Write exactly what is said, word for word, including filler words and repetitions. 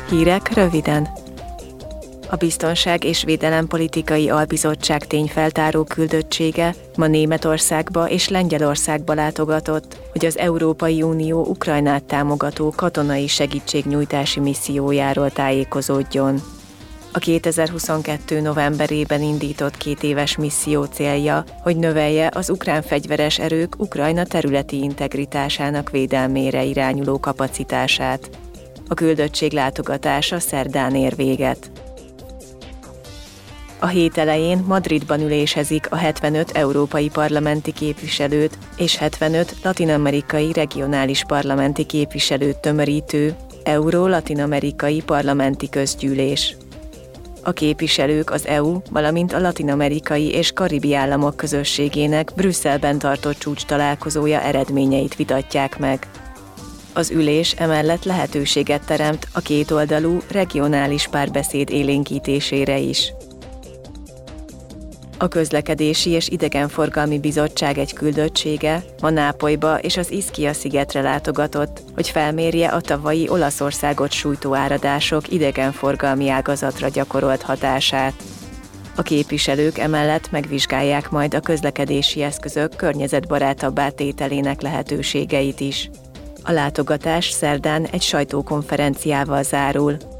Hírek röviden. A Biztonság és Védelempolitikai Albizottság tényfeltáró küldöttsége ma Németországba és Lengyelországba látogatott, hogy az Európai Unió Ukrajnát támogató katonai segítségnyújtási missziójáról tájékozódjon. A kétezer-huszonkettő novemberében indított kétéves misszió célja, hogy növelje az ukrán fegyveres erők Ukrajna területi integritásának védelmére irányuló kapacitását. A küldöttség látogatása szerdán ér véget. A hét elején Madridban ülésezik a hetvenöt európai parlamenti képviselőt és hetvenöt latin-amerikai regionális parlamenti képviselőt tömörítő Euró-latin-amerikai parlamenti közgyűlés. A képviselők az é u, valamint a latin-amerikai és karibi államok közösségének Brüsszelben tartott csúcstalálkozója eredményeit vitatják meg. Az ülés emellett lehetőséget teremt a kétoldalú regionális párbeszéd élénkítésére is. A Közlekedési és Idegenforgalmi Bizottság egy küldöttsége ma Nápolyba és az Ischia-szigetre látogatott, hogy felmérje a tavalyi Olaszországot sújtó áradások idegenforgalmi ágazatra gyakorolt hatását. A képviselők emellett megvizsgálják majd a közlekedési eszközök környezetbarátabbá tételének lehetőségeit is. A látogatás szerdán egy sajtókonferenciával zárul.